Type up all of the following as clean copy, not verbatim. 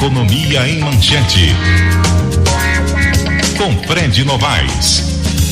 Economia em Manchete, com Fred Novaes.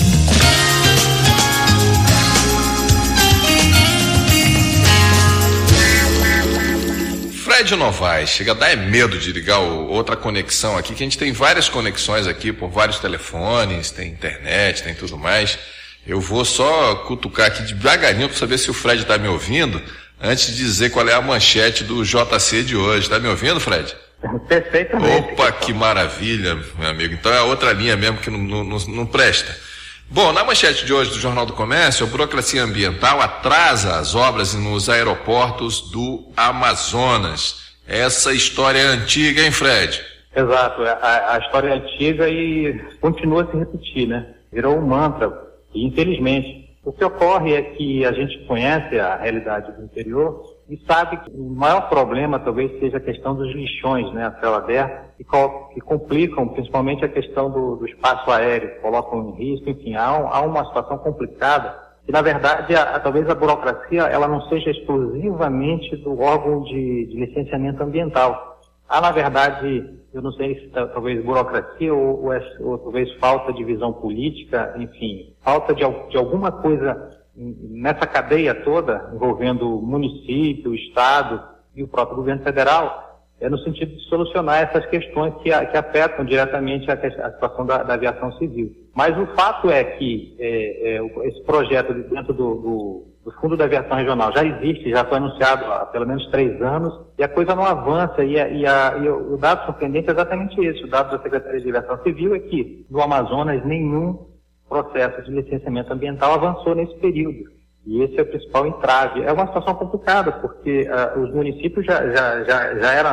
Fred Novaes, chega a dar medo de ligar outra conexão aqui, que a gente tem várias conexões aqui por vários telefones, tem internet, tem tudo mais. Eu vou só cutucar aqui devagarinho para saber se o Fred está me ouvindo, antes de dizer qual é a manchete do JC de hoje. Está me ouvindo, Fred? Perfeitamente. Opa, que maravilha, meu amigo. Então é a outra linha mesmo que não presta. Bom, na manchete de hoje do Jornal do Comércio, a burocracia ambiental atrasa as obras nos aeroportos do Amazonas. Essa história é antiga, hein, Fred? Exato, a história é antiga e continua a se repetir, né? Virou um mantra, e infelizmente. O que ocorre é que a gente conhece a realidade do interior e sabe que o maior problema talvez seja a questão dos lixões, né, a céu aberto, que complicam principalmente a questão do espaço aéreo, colocam em risco, enfim, há uma situação complicada e, na verdade, talvez a burocracia ela não seja exclusivamente do órgão de licenciamento ambiental. Há, na verdade, eu não sei se talvez burocracia ou talvez falta de visão política, enfim, falta de alguma coisa nessa cadeia toda, envolvendo o município, o Estado e o próprio governo federal, no sentido de solucionar essas questões que afetam diretamente a situação da aviação civil. Mas o fato é que esse projeto dentro do Fundo da Aviação Regional já existe, já foi anunciado há pelo menos 3 anos, e a coisa não avança, e o dado surpreendente é exatamente esse. O dado da Secretaria de Aviação Civil é que no Amazonas nenhum processo de licenciamento ambiental avançou nesse período. E esse é o principal entrave. É uma situação complicada, porque os municípios já eram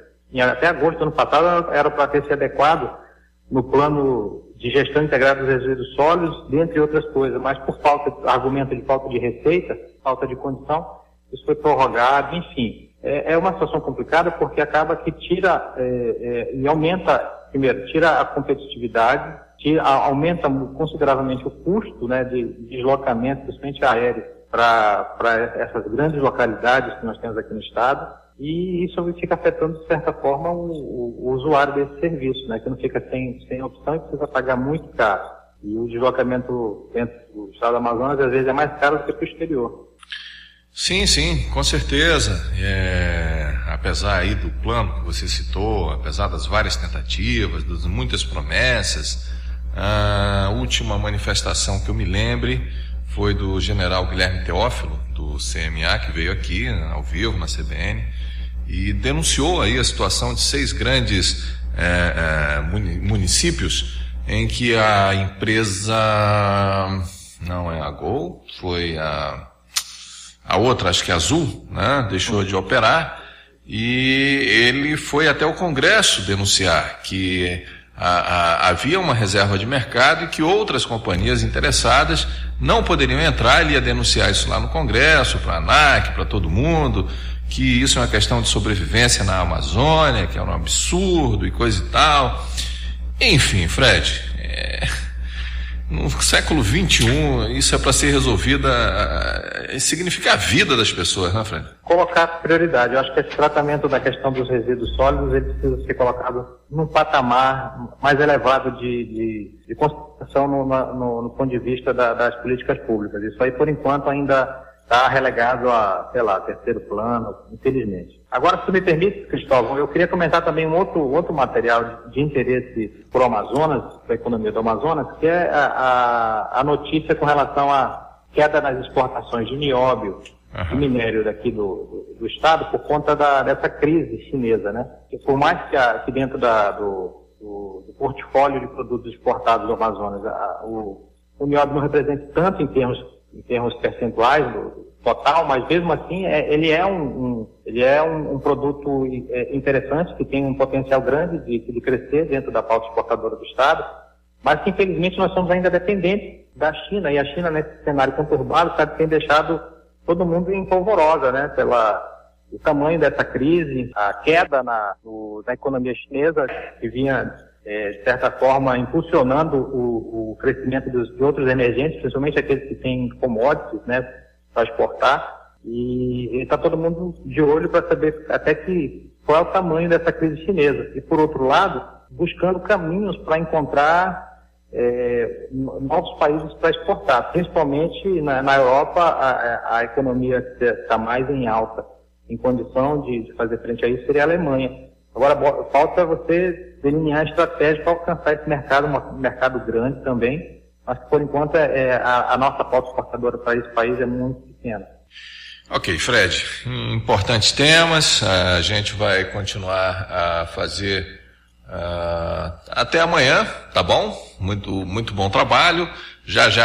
até agosto do ano passado, era para ter se adequado no plano de gestão integrada dos resíduos sólidos, dentre outras coisas, mas por argumento de falta de receita, falta de condição, isso foi prorrogado, enfim. É uma situação complicada porque acaba que tira e aumenta, primeiro, tira a competitividade, aumenta consideravelmente o custo, né, de deslocamento, principalmente aéreo, para essas grandes localidades que nós temos aqui no estado, e isso fica afetando, de certa forma, o usuário desse serviço, né, que não fica sem opção e precisa pagar muito caro. E o deslocamento dentro do estado do Amazonas, às vezes, é mais caro do que para o exterior. Sim, com certeza. Apesar aí do plano que você citou, apesar das várias tentativas, das muitas promessas, a última manifestação que eu me lembre foi do general Guilherme Teófilo, do CMA, que veio aqui ao vivo na CBN e denunciou aí a situação de 6 grandes municípios em que a empresa, não é a Gol, foi a outra, acho que é a Azul, né, deixou de operar, e ele foi até o Congresso denunciar que havia uma reserva de mercado e que outras companhias interessadas não poderiam entrar. Ele ia denunciar isso lá no Congresso, para a ANAC, para todo mundo, que isso é uma questão de sobrevivência na Amazônia, que é um absurdo e coisa e tal. Enfim, Fred, no século XXI, isso é para ser resolvida, significa a vida das pessoas, né, Fred? Colocar prioridade. Eu acho que esse tratamento da questão dos resíduos sólidos, ele precisa ser colocado num patamar mais elevado de consideração no ponto de vista das políticas públicas. Isso aí, por enquanto, ainda está relegado a, terceiro plano, infelizmente. Agora, se tu me permite, Cristóvão, eu queria comentar também um outro material de interesse para o Amazonas, para a economia do Amazonas, que é a notícia com relação à queda nas exportações de nióbio e minério daqui do estado por conta dessa crise chinesa, né? Que por mais que dentro do portfólio de produtos exportados do Amazonas, o nióbio não represente tanto em termos percentuais do total, mas mesmo assim ele é um produto interessante, que tem um potencial grande de crescer dentro da pauta exportadora do estado, mas que infelizmente nós somos ainda dependentes da China, e a China, nesse cenário conturbado, tem deixado todo mundo em polvorosa, né, o tamanho dessa crise, a queda na economia chinesa, que vinha de certa forma impulsionando o crescimento de outros emergentes, principalmente aqueles que têm commodities, né, para exportar, e está todo mundo de olho para saber até que qual é o tamanho dessa crise chinesa. E, por outro lado, buscando caminhos para encontrar novos países para exportar. Principalmente na Europa, a economia que está mais em alta, em condição de fazer frente a isso, seria a Alemanha. Agora, falta você delinear a estratégia para alcançar esse mercado, um mercado grande também, mas que, por enquanto, a nossa pauta exportadora para esse país é muito pequena. Ok, Fred, importantes temas, a gente vai continuar a fazer até amanhã, tá bom? Muito bom trabalho, já